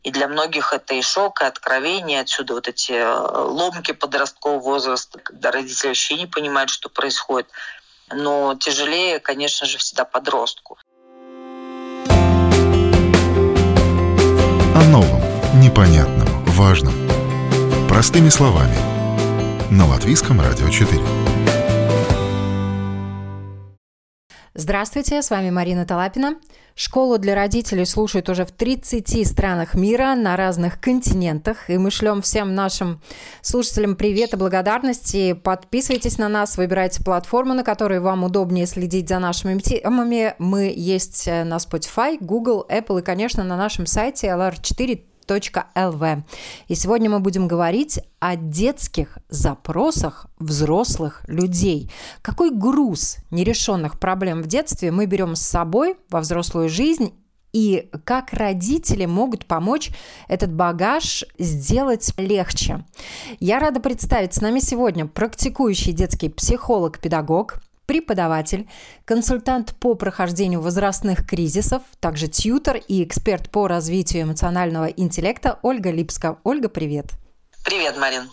И для многих это и шок, и откровение. Отсюда вот эти ломки подросткового возраста, когда родители вообще не понимают, что происходит. Но тяжелее, конечно же, всегда подростку. О новом, непонятном, важном. Простыми словами. На Латвийском радио 4. Здравствуйте, с вами Марина Талапина. Школу для родителей слушают уже в 30 странах мира на разных континентах. И мы шлем всем нашим слушателям привет и благодарности. Подписывайтесь на нас, выбирайте платформу, на которой вам удобнее следить за нашими темами. Мы есть на Spotify, Google, Apple и, конечно, на нашем сайте lr4.lv. И сегодня мы будем говорить о детских запросах взрослых людей. Какой груз нерешенных проблем в детстве мы берем с собой во взрослую жизнь и как родители могут помочь этот багаж сделать легче. Я рада представить с нами сегодня практикующий детский психолог-педагог, преподаватель, консультант по прохождению возрастных кризисов, также тьютор и эксперт по развитию эмоционального интеллекта Ольга Липска. Ольга, привет. Привет, Марин.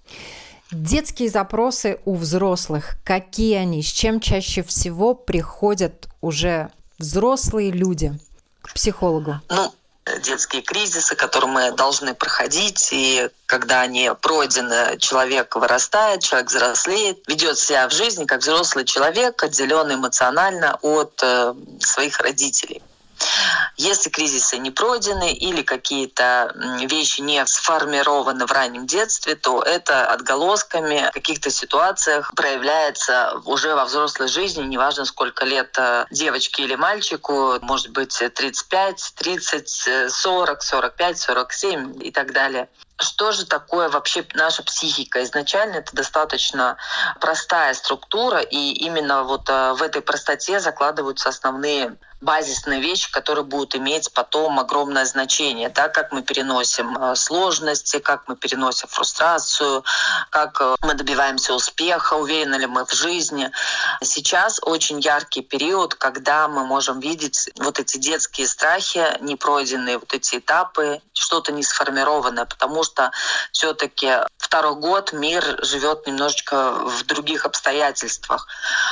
Детские запросы у взрослых. Какие они? С чем чаще всего приходят уже взрослые люди к психологу? Детские кризисы, которые мы должны проходить, и когда они пройдены, человек вырастает, человек взрослеет, ведет себя в жизни как взрослый человек, отделенный эмоционально от своих родителей. Если кризисы не пройдены или какие-то вещи не сформированы в раннем детстве, то это отголосками в каких-то ситуациях проявляется уже во взрослой жизни, неважно сколько лет девочке или мальчику, может быть 35, 30, 40, 45, 47 и так далее. Что же такое вообще наша психика? Изначально это достаточно простая структура, и именно вот в этой простоте закладываются основные базисные вещи, которые будут иметь потом огромное значение. Да? Как мы переносим сложности, как мы переносим фрустрацию, как мы добиваемся успеха, уверены ли мы в жизни. Сейчас очень яркий период, когда мы можем видеть вот эти детские страхи, непройденные вот эти этапы, что-то не сформированное, потому что все-таки второй год мир живет немножечко в других обстоятельствах.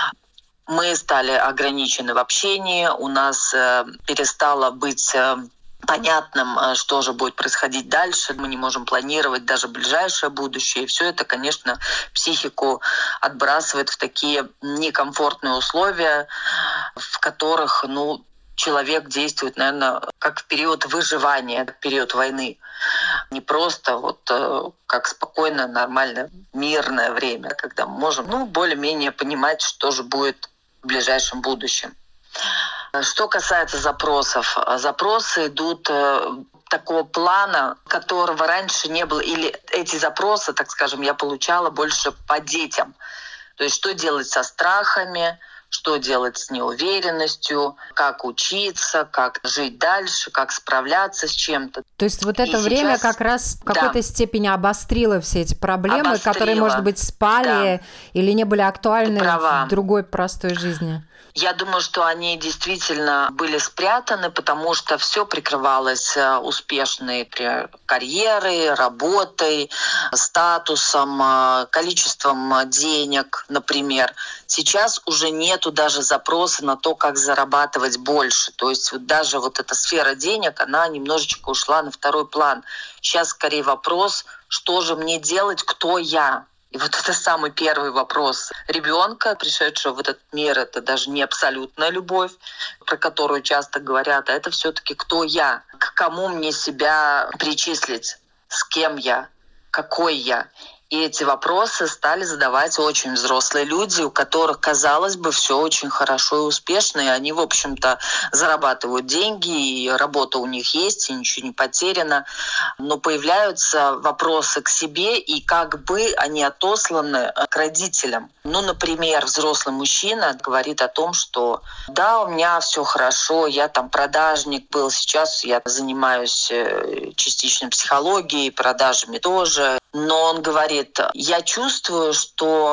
Мы стали ограничены в общении, у нас перестало быть понятным, что же будет происходить дальше. Мы не можем планировать даже ближайшее будущее. И все это, конечно, психику отбрасывает в такие некомфортные условия, в которых, человек действует, наверное, как в период выживания, как в период войны. Не просто как спокойное, нормальное, мирное время, когда мы можем более-менее понимать, что же будет в ближайшем будущем. Что касается запросов. Запросы идут такого плана, которого раньше не было. Или эти запросы, так скажем, я получала больше по детям. То есть что делать со страхами, что делать с неуверенностью, как учиться, как жить дальше, как справляться с чем-то. То есть вот это время как раз в какой-то степени обострило все эти проблемы, которые, может быть, спали или не были актуальны в другой простой жизни. Я думаю, что они действительно были спрятаны, потому что все прикрывалось успешной карьерой, работой, статусом, количеством денег, например. Сейчас уже нету даже запроса на то, как зарабатывать больше. То есть даже эта сфера денег, она немножечко ушла на второй план. Сейчас скорее вопрос, что же мне делать, кто я? И это самый первый вопрос ребенка, пришедшего в этот мир. Это даже не абсолютная любовь, про которую часто говорят, а это все-таки кто я, к кому мне себя причислить, с кем я, какой я. И эти вопросы стали задавать очень взрослые люди, у которых, казалось бы, все очень хорошо и успешно, и они, в общем-то, зарабатывают деньги, и работа у них есть, и ничего не потеряно. Но появляются вопросы к себе, и как бы они отосланы к родителям. Например, взрослый мужчина говорит о том, что да, у меня все хорошо, я продажник был, сейчас я занимаюсь частично психологией, продажами тоже. Но он говорит, я чувствую, что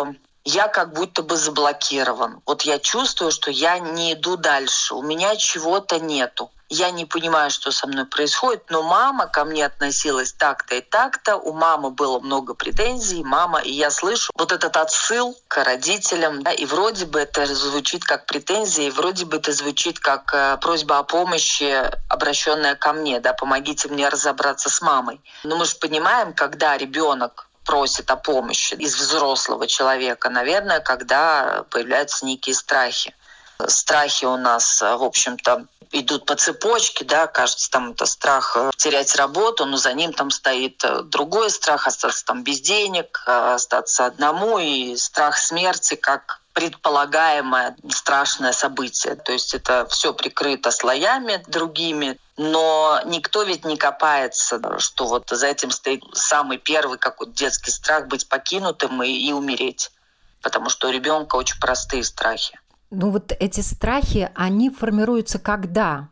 я как будто бы заблокирован. Вот я чувствую, что я не иду дальше, у меня чего-то нету. Я не понимаю, что со мной происходит, но мама ко мне относилась так-то и так-то, у мамы было много претензий, и я слышу вот этот отсыл к родителям, да, и вроде бы это звучит как претензия, и вроде бы это звучит как просьба о помощи, обращенная ко мне, да, помогите мне разобраться с мамой. Но мы же понимаем, когда ребенок просит о помощи из взрослого человека, наверное, когда появляются некие страхи. Страхи у нас, в общем-то, идут по цепочке, да, кажется, там это страх терять работу, но за ним там стоит другой страх, остаться там без денег, остаться одному, и страх смерти как предполагаемое страшное событие. То есть это все прикрыто слоями другими, но никто ведь не копается, что вот за этим стоит самый первый какой-то детский страх быть покинутым и умереть. Потому что у ребенка очень простые страхи. Ну вот эти страхи, они формируются когда?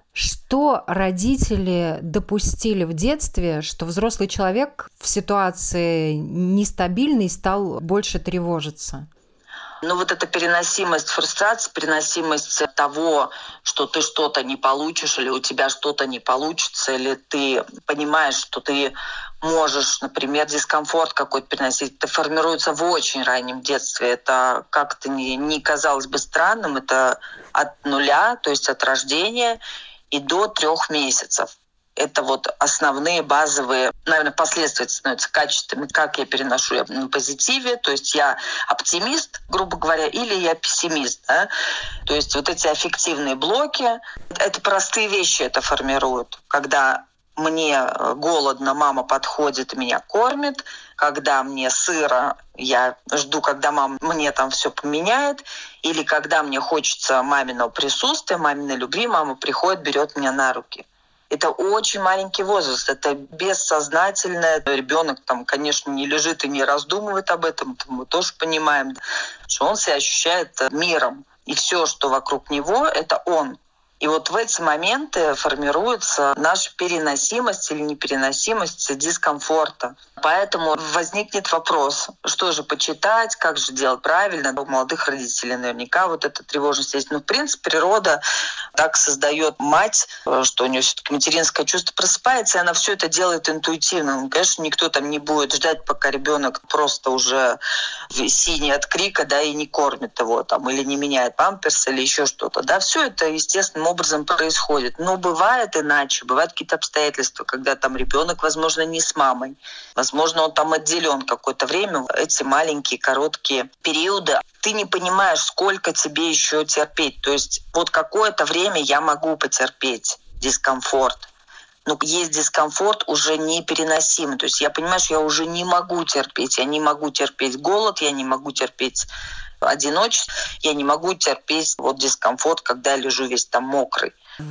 Что родители допустили в детстве, что взрослый человек в ситуации нестабильной стал больше тревожиться? Ну вот эта переносимость фрустрации, переносимость того, что ты что-то не получишь, или у тебя что-то не получится, или ты понимаешь, что ты можешь, например, дискомфорт какой-то переносить, это формируется в очень раннем детстве. Это как-то не казалось бы странным, это от нуля, то есть от рождения, и до 3 месяцев. Это вот основные базовые, наверное, последствия становятся качествами, как я переношу я на позитиве, то есть я оптимист, грубо говоря, или я пессимист. Да? То есть вот эти аффективные блоки, это простые вещи это формируют. Когда мне голодно, мама подходит и меня кормит, когда мне сыро, я жду, когда мама мне там все поменяет, или когда мне хочется маминого присутствия, маминой любви, мама приходит, берет меня на руки. Это очень маленький возраст, это бессознательное. Ребенок там, конечно, не лежит и не раздумывает об этом, мы тоже понимаем, что он себя ощущает миром. И все, что вокруг него, это он. И вот в эти моменты формируется наша переносимость или непереносимость дискомфорта. Поэтому возникнет вопрос, что же почитать, как же делать правильно. У молодых родителей наверняка вот эта тревожность есть. Но в принципе природа так создает мать, что у нее все-таки материнское чувство просыпается, и она все это делает интуитивно. Ну, конечно, никто там не будет ждать, пока ребенок просто уже синий от крика, да, и не кормит его там, или не меняет памперс, или еще что-то. Да, все это естественным образом происходит. Но бывает иначе, бывают какие-то обстоятельства, когда там ребенок, возможно, не с мамой. Возможно, он там отделен какое-то время. Эти маленькие, короткие периоды, ты не понимаешь, сколько тебе еще терпеть. То есть вот какое-то время я могу потерпеть дискомфорт. Но есть дискомфорт уже непереносимый. То есть я понимаю, что я уже не могу терпеть. Я не могу терпеть голод, я не могу терпеть одиночество, я не могу терпеть вот дискомфорт, когда я лежу весь там мокрый.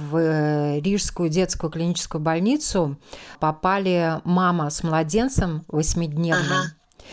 В Рижскую детскую клиническую больницу попали мама с младенцем 8-дневным,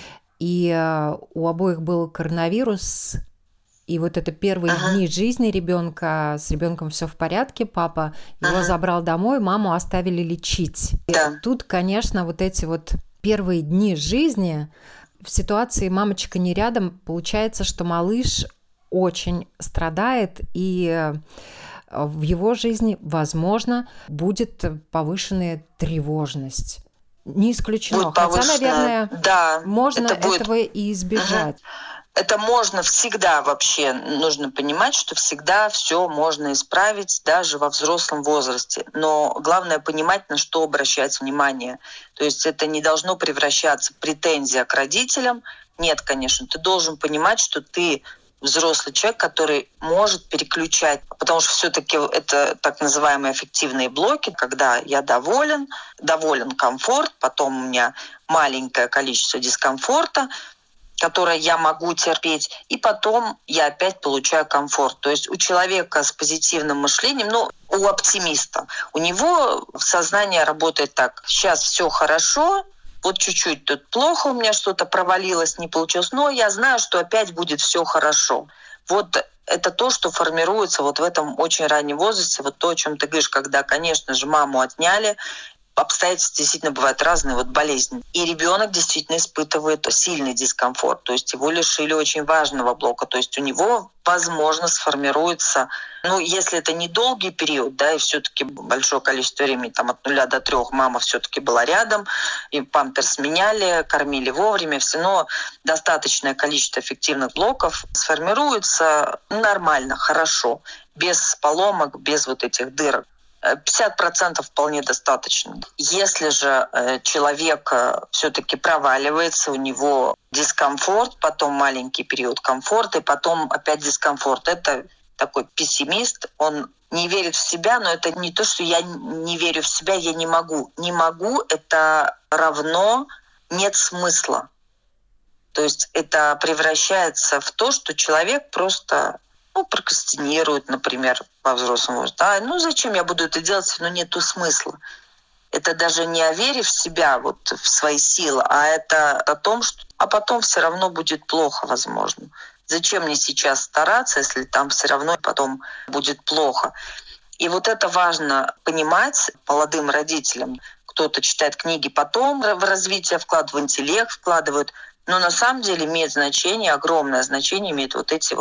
и у обоих был коронавирус. И вот это первые дни жизни ребенка, с ребенком все в порядке, папа его забрал домой, маму оставили лечить. Да. И тут, конечно, вот эти вот первые дни жизни в ситуации мамочка не рядом, получается, что малыш очень страдает, и в его жизни, возможно, будет повышенная тревожность. Не исключено. Хотя, наверное, да, можно этого и избежать. Это можно всегда вообще, нужно понимать, что всегда все можно исправить даже во взрослом возрасте. Но главное понимать, на что обращать внимание. То есть это не должно превращаться в претензия к родителям. Нет, конечно, ты должен понимать, что ты взрослый человек, который может переключать, потому что все-таки это так называемые аффективные блоки, когда я доволен комфорт, потом у меня маленькое количество дискомфорта, которое я могу терпеть, и потом я опять получаю комфорт. То есть у человека с позитивным мышлением, у оптимиста, у него сознание работает так: сейчас все хорошо, вот чуть-чуть тут плохо, у меня что-то провалилось, не получилось, но я знаю, что опять будет все хорошо. Вот это то, что формируется вот в этом очень раннем возрасте, вот то, о чем ты говоришь, когда, конечно же, маму отняли, обстоятельства действительно бывают разные, болезни. И ребенок действительно испытывает сильный дискомфорт, то есть его лишили очень важного блока, то есть у него, возможно, сформируется, если это не долгий период, и все-таки большое количество времени, от 0 до 3 мама все-таки была рядом, и памперс меняли, кормили вовремя, все равно достаточное количество эффективных блоков сформируется нормально, хорошо, без поломок, без этих дырок. 50% вполне достаточно. Если же человек все-таки проваливается, у него дискомфорт, потом маленький период комфорта, и потом опять дискомфорт. Это такой пессимист, он не верит в себя, но это не то, что я не верю в себя, я не могу. Не могу — это равно нет смысла. То есть это превращается в то, что человек просто прокрастинирует, например, во взрослом возрасте. Зачем я буду это делать, нету смысла. Это даже не о вере в себя, в свои силы, а это о том, что потом все равно будет плохо, возможно. Зачем мне сейчас стараться, если там все равно потом будет плохо. И это важно понимать молодым родителям. Кто-то читает книги, потом в развитие вкладывает, в интеллект вкладывают. Но на самом деле имеет значение, огромное значение имеют эти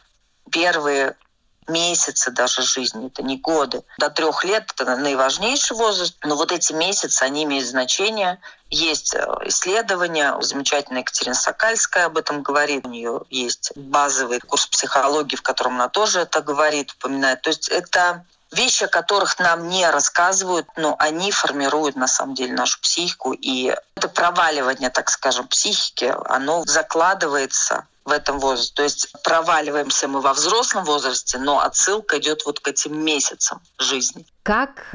первые месяцы даже жизни, это не годы. До 3 лет это наиважнейший возраст, но эти месяцы, они имеют значение. Есть исследования, замечательная Екатерина Сокальская об этом говорит, у нее есть базовый курс психологии, в котором она тоже это говорит, упоминает. То есть это вещи, о которых нам не рассказывают, но они формируют на самом деле нашу психику. И это проваливание, так скажем, психики, оно закладывается в этом возрасте. То есть проваливаемся мы во взрослом возрасте, но отсылка идет к этим месяцам жизни. Как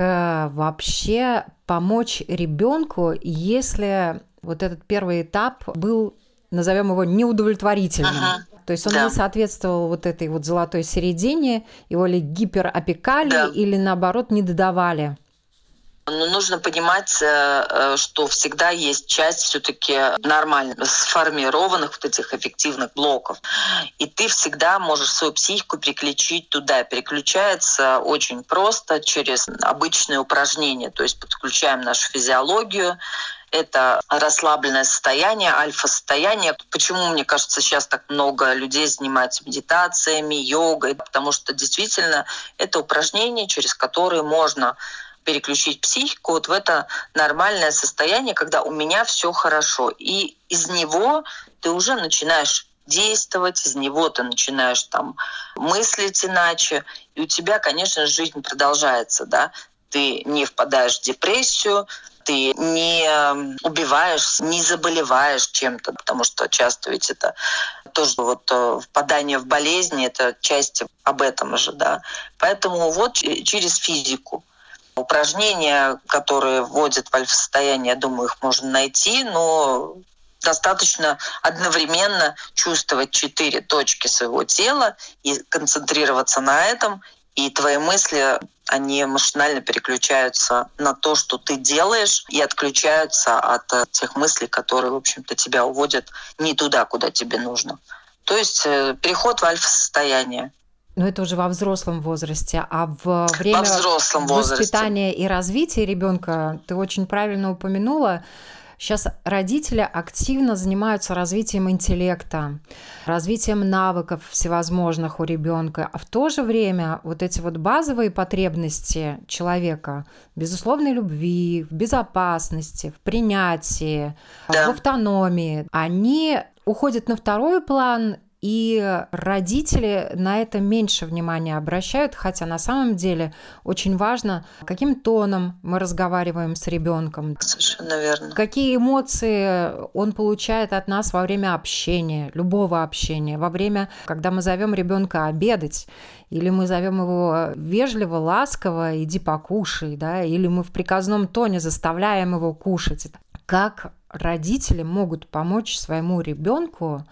вообще помочь ребенку, если этот первый этап был, назовем его, неудовлетворительным? То есть он не соответствовал этой золотой середине, его ли гиперопекали или наоборот не додавали? Нужно понимать, что всегда есть часть все-таки нормально сформированных этих эффективных блоков. И ты всегда можешь свою психику переключить туда. Переключается очень просто через обычные упражнения. То есть подключаем нашу физиологию. Это расслабленное состояние, альфа-состояние. Почему, мне кажется, сейчас так много людей занимаются медитациями, йогой? Потому что действительно это упражнения, через которые можно переключить психику в это нормальное состояние, когда у меня все хорошо. И из него ты уже начинаешь действовать, из него ты начинаешь мыслить иначе. И у тебя, конечно, жизнь продолжается. Ты не впадаешь в депрессию, ты не убиваешься, не заболеваешь чем-то, потому что часто ведь это тоже впадание в болезни, это часть об этом же. Поэтому через физику. Упражнения, которые вводят в альфа-состояние, я думаю, их можно найти, но достаточно одновременно чувствовать 4 точки своего тела и концентрироваться на этом, и твои мысли, они машинально переключаются на то, что ты делаешь, и отключаются от тех мыслей, которые, в общем-то, тебя уводят не туда, куда тебе нужно. То есть переход в альфа-состояние. Но это уже во взрослом возрасте, а во время воспитания и развития ребенка ты очень правильно упомянула. Сейчас родители активно занимаются развитием интеллекта, развитием навыков всевозможных у ребенка, а в то же время эти базовые потребности человека, безусловной любви, в безопасности, в принятии, в автономии, они уходят на второй план. И родители на это меньше внимания обращают, хотя на самом деле очень важно, каким тоном мы разговариваем с ребенком. Совершенно верно. Какие эмоции он получает от нас во время общения, любого общения, во время, когда мы зовем ребенка обедать, или мы зовем его вежливо, ласково, иди покушай, или мы в приказном тоне заставляем его кушать. Как родители могут помочь своему ребенку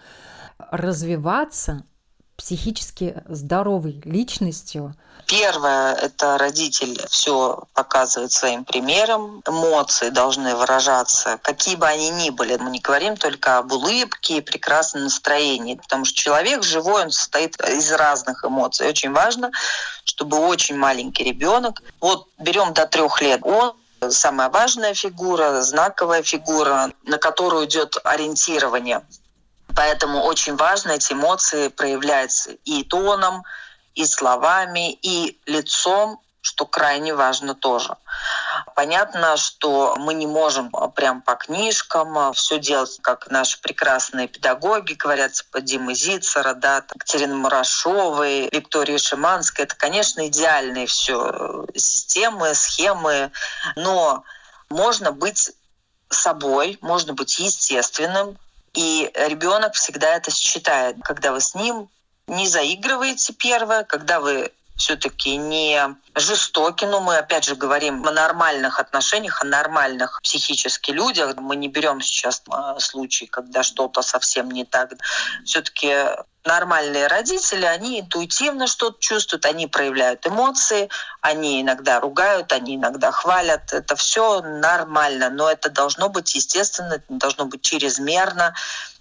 развиваться психически здоровой личностью? Первое — это родитель все показывает своим примером. Эмоции должны выражаться, какие бы они ни были. Мы не говорим только об улыбке и прекрасном настроении, потому что человек живой, он состоит из разных эмоций. Очень важно, чтобы очень маленький ребенок, берем до 3 лет, он самая важная фигура, знаковая фигура, на которую идет ориентирование. Поэтому очень важно эти эмоции проявлять и тоном, и словами, и лицом, что крайне важно тоже. Понятно, что мы не можем прям по книжкам все делать, как наши прекрасные педагоги, говорят, типа Димы Зицера, да, Катерины Мурашовой, Виктории Шиманской. Это, конечно, идеальные все системы, схемы, но можно быть собой, можно быть естественным, и ребенок всегда это считает, когда вы с ним не заигрываете первое, когда вы все-таки не жестоки, но мы опять же говорим о нормальных отношениях, о нормальных психически людях. Мы не берем сейчас случаи, когда что-то совсем не так. Все-таки нормальные родители, они интуитивно что-то чувствуют, они проявляют эмоции, они иногда ругают, они иногда хвалят. Это все нормально, но это должно быть естественно, это должно быть чрезмерно.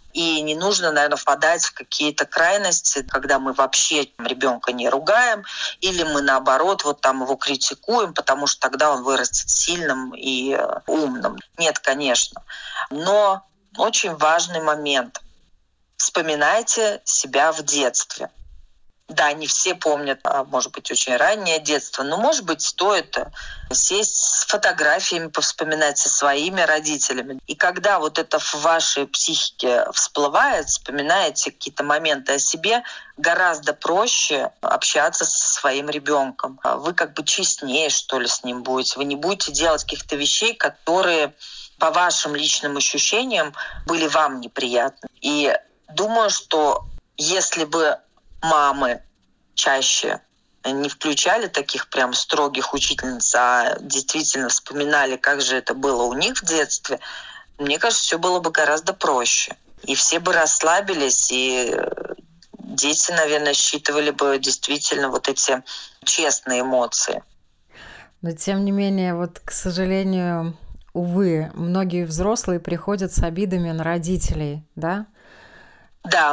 И не нужно, наверное, впадать в какие-то крайности, когда мы вообще ребенка не ругаем, или мы, наоборот, вот там его критикуем, потому что тогда он вырастет сильным и умным. Нет, конечно. Но очень важный момент. Вспоминайте себя в детстве. Да, не все помнят, может быть, очень раннее детство, но, может быть, стоит сесть с фотографиями, повспоминать со своими родителями. И когда вот это в вашей психике всплывает, вспоминаете какие-то моменты о себе, гораздо проще общаться со своим ребенком. Вы как бы честнее, что ли, с ним будете. Вы не будете делать каких-то вещей, которые по вашим личным ощущениям были вам неприятны. И думаю, что если бы мамы чаще не включали таких прям строгих учительниц, а действительно вспоминали, как же это было у них в детстве, мне кажется, все было бы гораздо проще. И все бы расслабились, и дети, наверное, считывали бы действительно вот эти честные эмоции. Но тем не менее, вот, к сожалению, увы, многие взрослые приходят с обидами на родителей, да? Да.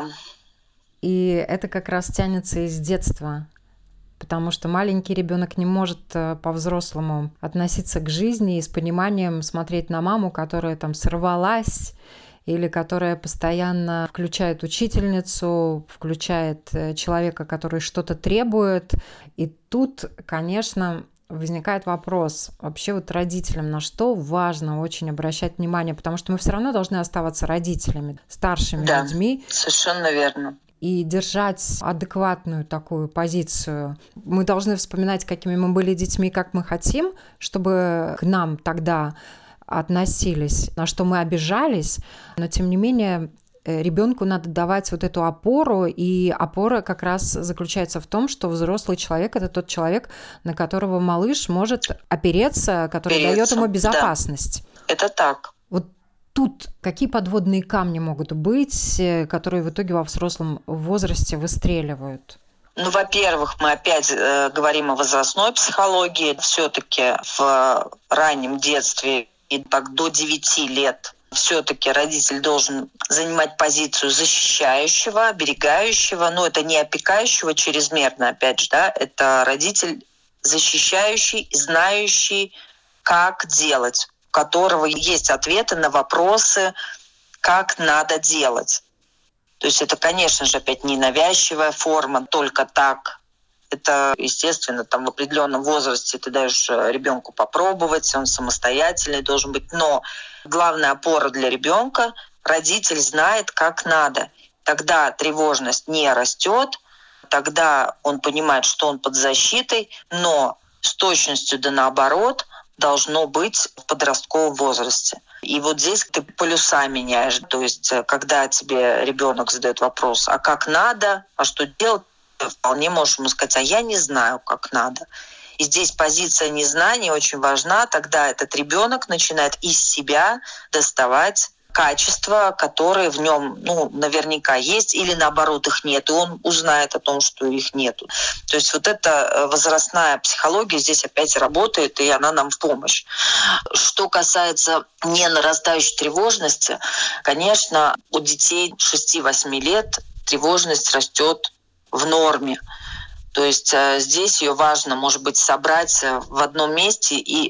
И это как раз тянется из детства, потому что маленький ребенок не может по-взрослому относиться к жизни и с пониманием смотреть на маму, которая там сорвалась, или которая постоянно включает учительницу, включает человека, который что-то требует. И тут, конечно, возникает вопрос вообще вот родителям, на что важно очень обращать внимание, потому что мы все равно должны оставаться родителями, старшими людьми. Да, совершенно верно. И держать адекватную такую позицию. Мы должны вспоминать, какими мы были детьми, как мы хотим, чтобы к нам тогда относились, на что мы обижались, но тем не менее ребенку надо давать вот эту опору, и опора как раз заключается в том, что взрослый человек — это тот человек, на которого малыш может опереться, который дает ему безопасность. Да. Это так. Вот тут какие подводные камни могут быть, которые в итоге во взрослом возрасте выстреливают? Ну, во-первых, мы опять говорим о возрастной психологии. Все-таки в раннем детстве и так до 9 лет все-таки родитель должен занимать позицию защищающего, оберегающего, но это не опекающего чрезмерно, опять же, да, это родитель защищающий, знающий, как делать, у которого есть ответы на вопросы, как надо делать. То есть это, конечно же, опять не навязчивая форма, только так. Это, естественно, там в определенном возрасте ты даешь ребенку попробовать, он самостоятельный должен быть. Но главная опора для ребенка — родитель знает, как надо. Тогда тревожность не растет, тогда он понимает, что он под защитой, но с точностью да наоборот должно быть в подростковом возрасте. И вот здесь ты полюса меняешь. То есть когда тебе ребенок задает вопрос, а как надо, а что делать, ты вполне можешь ему сказать, а я не знаю, как надо. И здесь позиция незнания очень важна. Тогда этот ребенок начинает из себя доставать качества, которые в нем, наверняка есть, или наоборот их нет, и он узнает о том, что их нету. То есть вот эта возрастная психология здесь опять работает, и она нам в помощь. Что касается ненарастающей тревожности, конечно, у детей 6-8 лет тревожность растет в норме. То есть здесь ее важно, может быть, собрать в одном месте и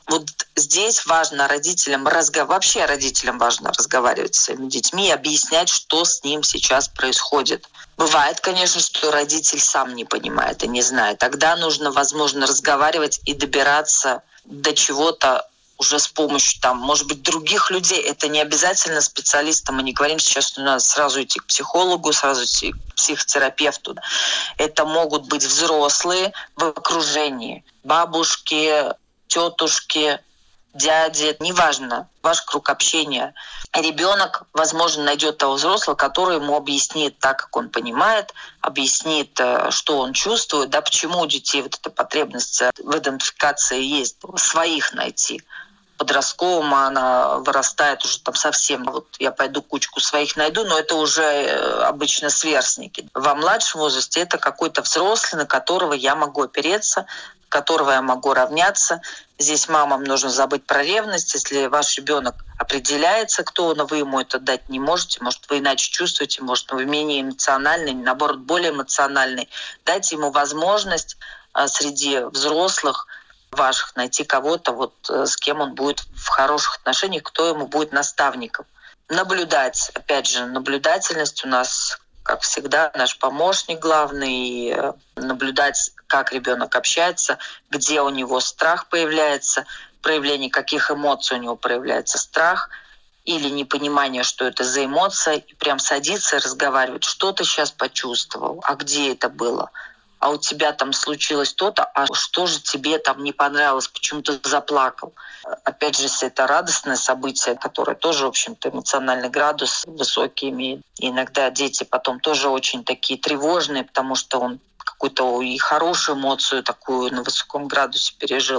Вот здесь важно вообще родителям важно разговаривать с своими детьми и объяснять, что с ним сейчас происходит. Бывает, конечно, что родитель сам не понимает и не знает. Тогда нужно, возможно, разговаривать и добираться до чего-то уже с помощью, может быть, других людей. Это не обязательно специалистам. Мы не говорим сейчас, что надо сразу идти к психологу, сразу идти к психотерапевту. Это могут быть взрослые в окружении. Бабушки, тетушки, дяди, неважно, ваш круг общения. Ребенок, возможно, найдет того взрослого, который ему объяснит так, как он понимает, объяснит, что он чувствует, почему у детей вот эта потребность в идентификации есть, своих найти. Подростковым она вырастает уже совсем. Вот я пойду кучку своих найду, но это уже обычно сверстники. Во младшем возрасте это какой-то взрослый, на которого я могу опереться, на которого я могу равняться. Здесь мамам нужно забыть про ревность. Если ваш ребенок определяется, кто он, а вы ему это дать не можете, может, вы иначе чувствуете, может, вы менее эмоциональный, наоборот, более эмоциональный, дайте ему возможность среди взрослых ваших найти кого-то, с кем он будет в хороших отношениях, кто ему будет наставником. Наблюдать. Опять же, наблюдательность у нас, как всегда, наш помощник главный. И наблюдать, как ребенок общается, где у него страх появляется, проявление каких эмоций у него проявляется страх или непонимание, что это за эмоция, и прям садиться и разговаривать. Что ты сейчас почувствовал? А где это было? А у тебя случилось то-то, а что же тебе не понравилось, почему ты заплакал? Опять же, если это радостное событие, которое тоже, в общем-то, эмоциональный градус высокий имеет. И иногда дети потом тоже очень такие тревожные, потому что он какую-то и хорошую эмоцию такую на высоком градусе пережил.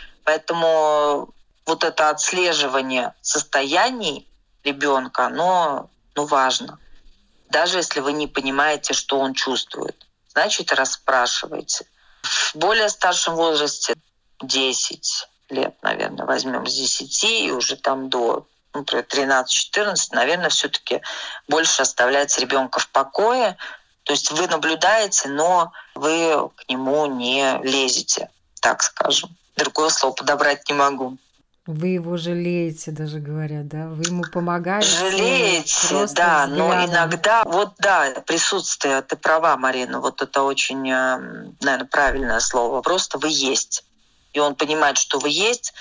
Поэтому вот это отслеживание состояний ребенка, оно важно. Даже если вы не понимаете, что он чувствует. Значит, расспрашивайте. В более старшем возрасте 10 лет, наверное, возьмем с 10 и уже до 13-14, наверное, все-таки больше оставляется ребенка в покое. То есть вы наблюдаете, но вы к нему не лезете, так скажем. Другое слово подобрать не могу. Вы его жалеете, даже говорят, да? Вы ему помогаете. Жалеете, да, но иногда, присутствие, ты права, Марина, это очень, наверное, правильное слово. Просто вы есть. И он понимает, что вы есть,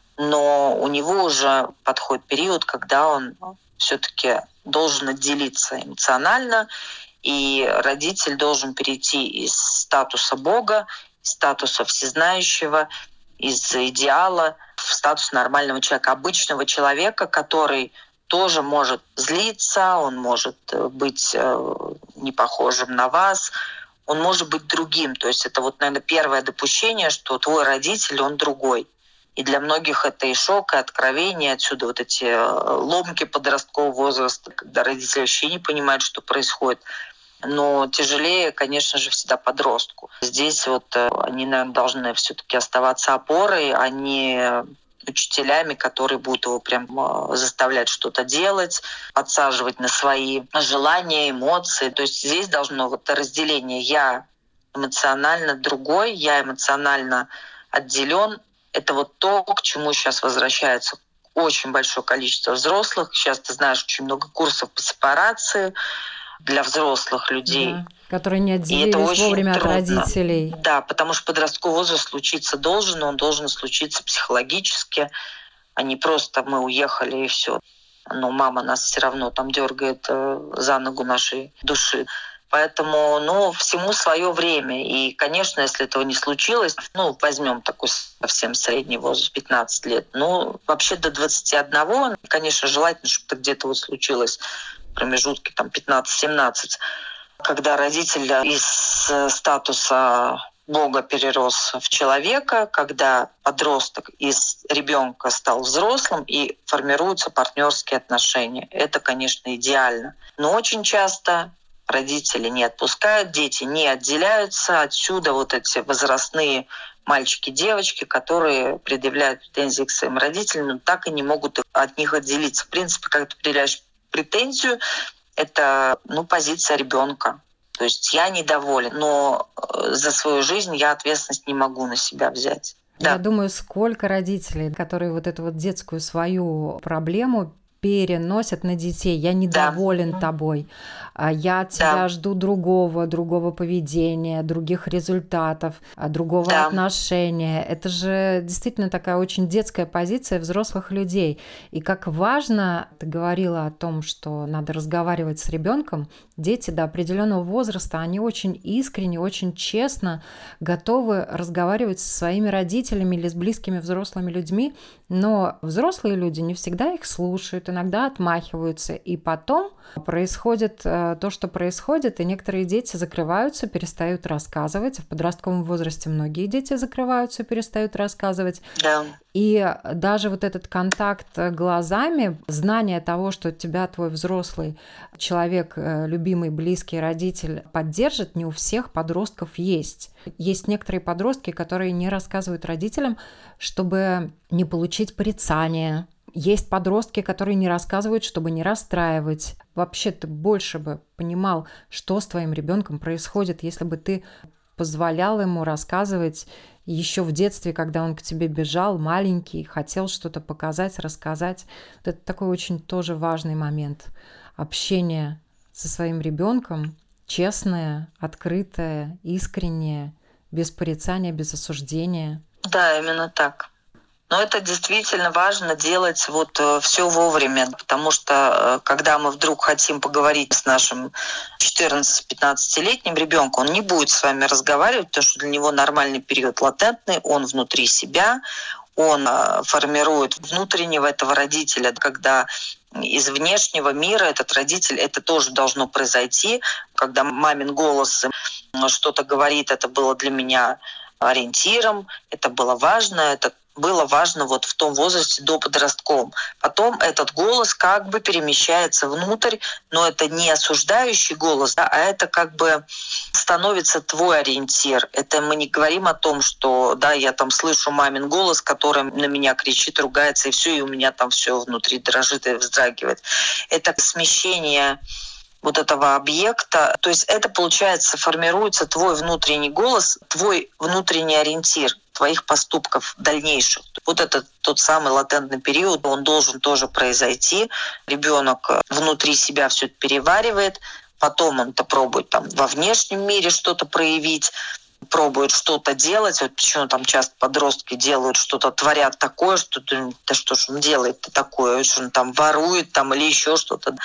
но у него уже подходит период, когда он все-таки должен отделиться эмоционально, и родитель должен перейти из статуса Бога, из статуса всезнающего, из идеала в статус нормального человека, обычного человека, который тоже может злиться, он может быть не похожим на вас, он может быть другим. То есть это наверное, первое допущение, что твой родитель, он другой. И для многих это и шок, и откровение. Отсюда эти ломки подросткового возраста, когда родители вообще не понимают, что происходит. Но тяжелее, конечно же, всегда подростку. Здесь они, наверное, должны все-таки оставаться опорой, а не учителями, которые будут его прям заставлять что-то делать, подсаживать на свои желания, эмоции. То есть здесь должно разделение «я эмоционально другой», «я эмоционально отделен». Это то, к чему сейчас возвращается очень большое количество взрослых. Сейчас, ты знаешь, очень много курсов по сепарации для взрослых людей. Да, которые не отделились вовремя от родителей. Да, потому что подростковый возраст случиться должен, он должен случиться психологически, а не просто мы уехали и все. Но мама нас все равно дергает за ногу нашей души. Поэтому, всему свое время. И, конечно, если этого не случилось, возьмем такой совсем средний возраст, 15 лет, вообще до 21, конечно, желательно, чтобы это где-то случилось в промежутке 15-17, когда родитель из статуса Бога перерос в человека, когда подросток из ребенка стал взрослым и формируются партнерские отношения. Это, конечно, идеально. Но очень часто родители не отпускают, дети не отделяются. Отсюда эти возрастные мальчики-девочки, которые предъявляют претензии к своим родителям, но так и не могут от них отделиться. В принципе, когда ты предъявляешь претензию, это позиция ребенка. То есть я недоволен, но за свою жизнь я ответственность не могу на себя взять. Да. Я думаю, сколько родителей, которые вот эту вот детскую свою проблему переносят на детей. Я недоволен тобой, я от тебя жду другого поведения, других результатов, другого отношения. Это же действительно такая очень детская позиция взрослых людей. И как важно, ты говорила о том, что надо разговаривать с ребенком. Дети до определенного возраста, они очень искренне, очень честно готовы разговаривать со своими родителями или с близкими взрослыми людьми, но взрослые люди не всегда их слушают, иногда отмахиваются, и потом происходит то, что происходит, и некоторые дети закрываются, перестают рассказывать. В подростковом возрасте многие дети закрываются, перестают рассказывать. Да. И даже вот этот контакт глазами, знание того, что тебя твой взрослый человек, любимый, близкий родитель поддержит, не у всех подростков есть. Есть некоторые подростки, которые не рассказывают родителям, чтобы не получить порицание. Есть подростки, которые не рассказывают, чтобы не расстраивать. Вообще ты больше бы понимал, что с твоим ребенком происходит, если бы ты позволял ему рассказывать еще в детстве, когда он к тебе бежал, маленький, хотел что-то показать, рассказать. Вот это такой очень тоже важный момент. Общение со своим ребенком честное, открытое, искреннее, без порицания, без осуждения. Да, именно так. Но это действительно важно делать все вовремя, потому что когда мы вдруг хотим поговорить с нашим 14-15-летним ребенком, он не будет с вами разговаривать, потому что для него нормальный период латентный, он внутри себя, он формирует внутреннего этого родителя, когда из внешнего мира этот родитель, это тоже должно произойти, когда мамин голос что-то говорит, это было для меня ориентиром, это было важно, это было важно в том возрасте до подростковом. Потом этот голос как бы перемещается внутрь, но это не осуждающий голос, а это как бы становится твой ориентир. Это мы не говорим о том, что я там слышу мамин голос, который на меня кричит, ругается, и все, и у меня там все внутри дрожит и вздрагивает. Это смещение этого объекта. То есть это, получается, формируется твой внутренний голос, твой внутренний ориентир твоих поступков дальнейших. Вот это тот самый латентный период, он должен тоже произойти. Ребенок внутри себя все это переваривает, потом он-то пробует во внешнем мире что-то проявить, пробуют что-то делать. Почему часто подростки делают что-то, творят такое, что что ж он делает-то такое, что он там ворует или еще что-то.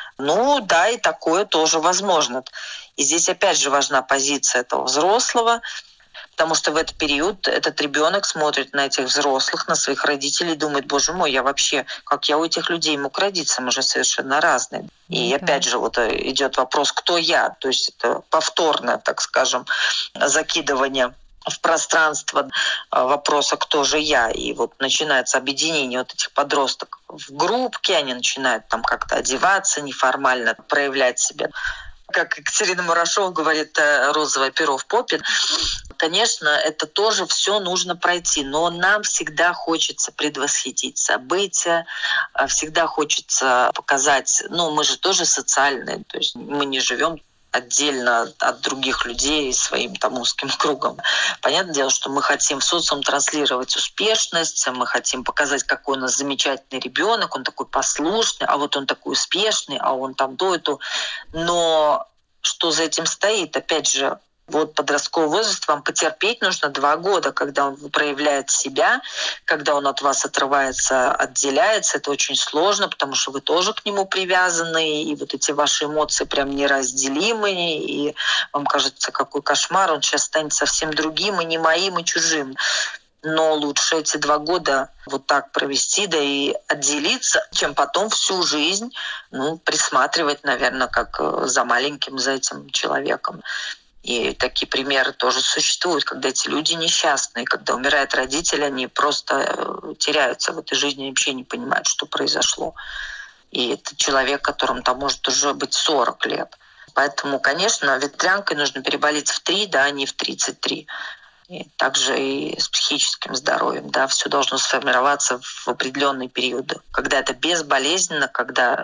И такое тоже возможно. И здесь опять же важна позиция этого взрослого, потому что в этот период этот ребенок смотрит на этих взрослых, на своих родителей и думает: боже мой, как я у этих людей мог родиться, мы же совершенно разные. И опять же идет вопрос, кто я, то есть это повторное, так скажем, закидывание в пространство вопроса, кто же я. И начинается объединение этих подростков в группки, они начинают как-то одеваться неформально, проявлять себя. Как Екатерина Мурашова говорит, розовое перо в попе. Конечно, это тоже все нужно пройти, но нам всегда хочется предвосхитить события, всегда хочется показать, мы же тоже социальные, то есть мы не живем отдельно от других людей своим узким кругом. Понятное дело, что мы хотим в социум транслировать успешность, мы хотим показать, какой у нас замечательный ребенок, он такой послушный, а он такой успешный, а он то. Но что за этим стоит? Опять же, подростковый возраст, вам потерпеть нужно 2 года, когда он проявляет себя, когда он от вас отрывается, отделяется. Это очень сложно, потому что вы тоже к нему привязаны, и эти ваши эмоции прям неразделимы, и вам кажется, какой кошмар, он сейчас станет совсем другим, и не моим, и чужим. Но лучше эти 2 года так провести, и отделиться, чем потом всю жизнь присматривать, наверное, как за маленьким, за этим человеком. И такие примеры тоже существуют, когда эти люди несчастные, когда умирает родитель, они просто теряются в этой жизни, вообще не понимают, что произошло. И это человек, которому может уже быть 40 лет. Поэтому, конечно, ветрянкой нужно переболеть в 3, а не в 33. И также и с психическим здоровьем. Все должно сформироваться в определенные периоды. Когда это безболезненно, когда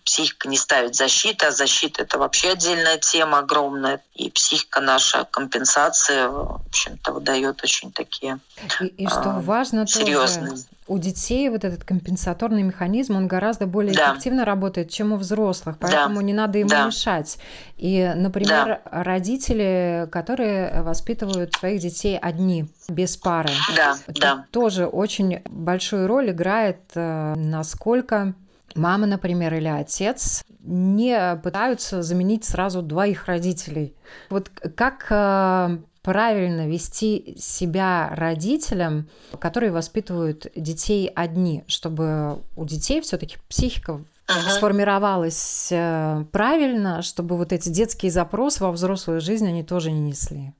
психика не ставит защиты, а защита — это вообще отдельная тема огромная. И психика наша, компенсация, в общем-то, выдает очень такие И что важно серьезные. тоже, у детей вот этот компенсаторный механизм, он гораздо более эффективно работает, чем у взрослых, поэтому не надо ему мешать. И, например, родители, которые воспитывают своих детей одни, без пары, тоже очень большую роль играет, насколько мама, например, или отец не пытаются заменить сразу двоих родителей. Вот как правильно вести себя родителям, которые воспитывают детей одни, чтобы у детей все-таки психика сформировалась правильно, чтобы вот эти детские запросы во взрослую жизнь они тоже не несли?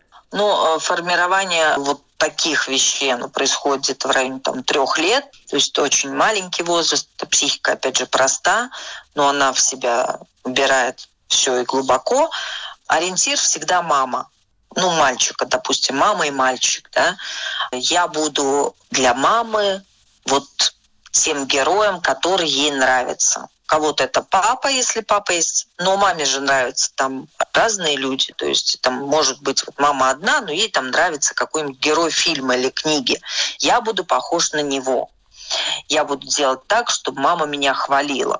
Формирование вот таких вещей происходит в районе 3 лет, то есть очень маленький возраст. Психика, опять же, проста, но она в себя убирает все и глубоко. Ориентир всегда мама. Мальчика, допустим, мама и мальчик, да. Я буду для мамы вот тем героем, который ей нравится. Кого-то это папа, если папа есть, но маме же нравятся там разные люди. То есть там может быть вот мама одна, но ей там нравится какой-нибудь герой фильма или книги. Я буду похож на него. Я буду делать так, чтобы мама меня хвалила.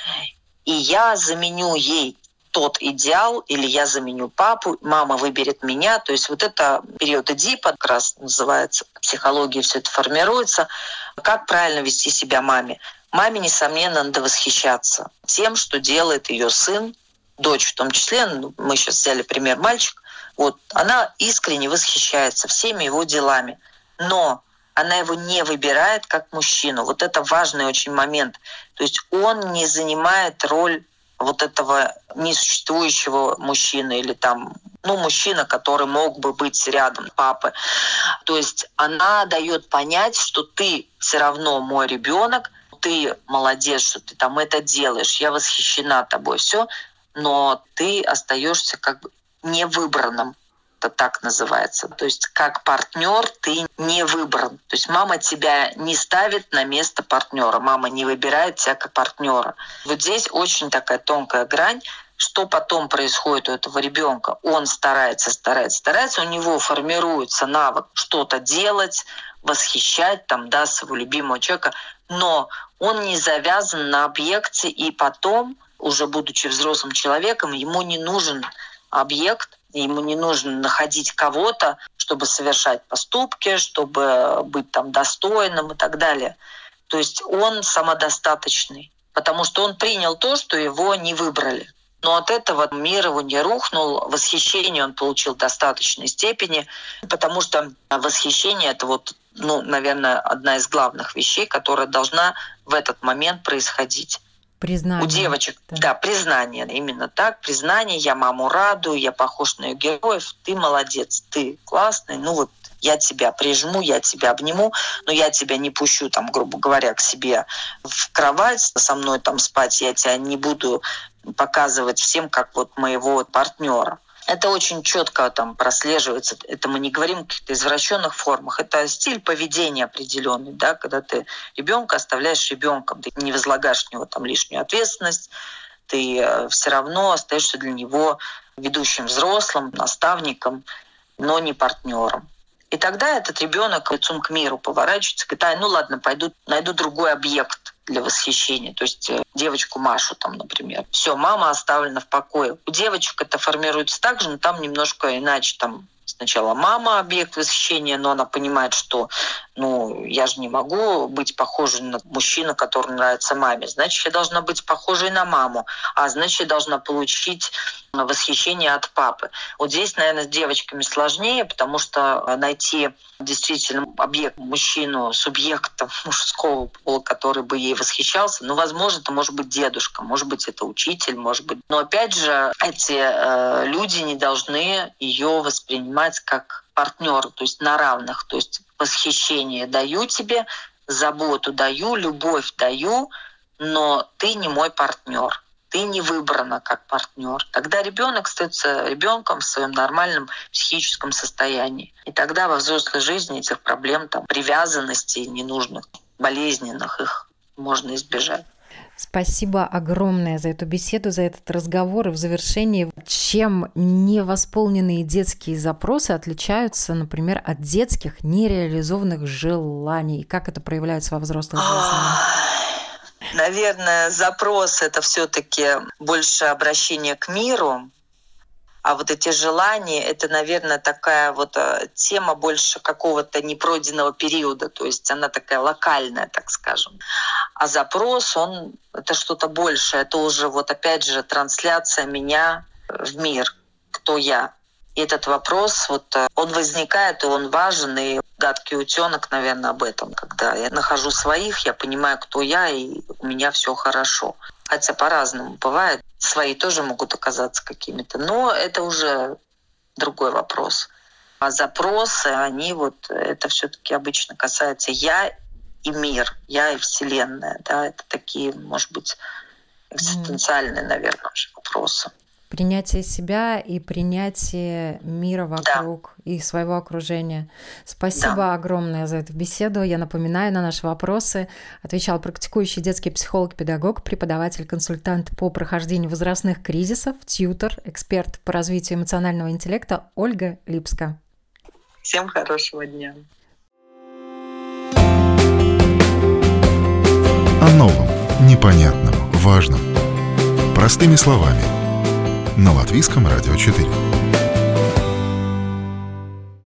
И я заменю ей тот идеал, или я заменю папу, мама выберет меня. То есть вот это период Эдипа, как раз называется, в психологии все это формируется. Как правильно вести себя маме? Маме, несомненно, надо восхищаться тем, что делает ее сын, дочь в том числе. Мы сейчас взяли пример мальчик. Вот, она искренне восхищается всеми его делами. Но она его не выбирает как мужчину. Вот это важный очень момент. То есть он не занимает роль вот этого несуществующего мужчины или мужчина, который мог бы быть рядом папы. То есть она дает понять, что ты все равно мой ребенок, ты молодец, что ты это делаешь, я восхищена тобой, все, но ты остаешься невыбранным. Это так называется. То есть как партнер ты не выбран. То есть мама тебя не ставит на место партнера, мама не выбирает тебя как партнера. Вот здесь очень такая тонкая грань, что потом происходит у этого ребенка. Он старается, у него формируется навык что-то делать, восхищать своего любимого человека, но он не завязан на объекте, и потом, уже будучи взрослым человеком, ему не нужен объект, ему не нужно находить кого-то, чтобы совершать поступки, чтобы быть достойным и так далее. То есть он самодостаточный, потому что он принял то, что его не выбрали. Но от этого мир его не рухнул, восхищение он получил в достаточной степени, потому что восхищение — это наверное, одна из главных вещей, которая должна в этот момент происходить. Признание. У девочек, признание, именно так, признание, я маму радую, я похож на ее героев, ты молодец, ты классный, я тебя прижму, я тебя обниму, но я тебя не пущу, грубо говоря, к себе в кровать со мной спать, я тебя не буду показывать всем, как моего партнера. Это очень четко прослеживается. Это мы не говорим о каких-то извращенных формах. Это стиль поведения определенный, да, когда ты ребенка оставляешь ребенком, ты не возлагаешь на него лишнюю ответственность, ты все равно остаешься для него ведущим взрослым, наставником, но не партнером. И тогда этот ребенок лицом к миру поворачивается, говорит: ладно, пойду найду другой объект для восхищения. То есть девочку Машу, например. Все, мама оставлена в покое. У девочек это формируется так же, но там немножко иначе. Сначала мама объект восхищения, но она понимает, что я же не могу быть похожей на мужчину, который нравится маме. Значит, я должна быть похожей на маму. А значит, я должна получить восхищение от папы. Вот здесь, наверное, с девочками сложнее, потому что найти действительно объект, мужчину, субъекта мужского пола, который бы ей восхищался, возможно, это может быть дедушка, может быть, это учитель, может быть. Но опять же, эти люди не должны ее воспринимать как партнера, то есть на равных. То есть восхищение даю тебе, заботу даю, любовь даю, но ты не мой партнер. Ты не выбрана как партнер. Тогда ребенок остается ребенком в своем нормальном психическом состоянии. И тогда во взрослой жизни этих проблем, привязанностей ненужных, болезненных, их можно избежать. Спасибо огромное за эту беседу, за этот разговор. И в завершении, чем невосполненные детские запросы отличаются, например, от детских нереализованных желаний? Как это проявляется во взрослой жизни? Наверное, запрос — это все-таки больше обращение к миру, а вот эти желания — это, наверное, такая вот тема больше какого-то непройденного периода, то есть она такая локальная, так скажем. А запрос, это что-то большее, это уже вот опять же трансляция меня в мир, кто я. И этот вопрос, он возникает, и он важен, и гадкий утенок, наверное, об этом. Когда я нахожу своих, я понимаю, кто я, и у меня все хорошо. Хотя по-разному бывает. Свои тоже могут оказаться какими-то. Но это уже другой вопрос. А запросы, это все-таки обычно касается я и мир, я и Вселенная. Да? Это такие, может быть, экзистенциальные, наверное, вопросы. Принятие себя и принятие мира вокруг, и своего окружения. Спасибо огромное за эту беседу. Я напоминаю, на наши вопросы отвечал практикующий детский психолог-педагог, преподаватель, консультант по прохождению возрастных кризисов, тьютор, эксперт по развитию эмоционального интеллекта Ольга Липска. Всем хорошего дня. О новом, непонятном, важном. Простыми словами. На Латвийском радио 4.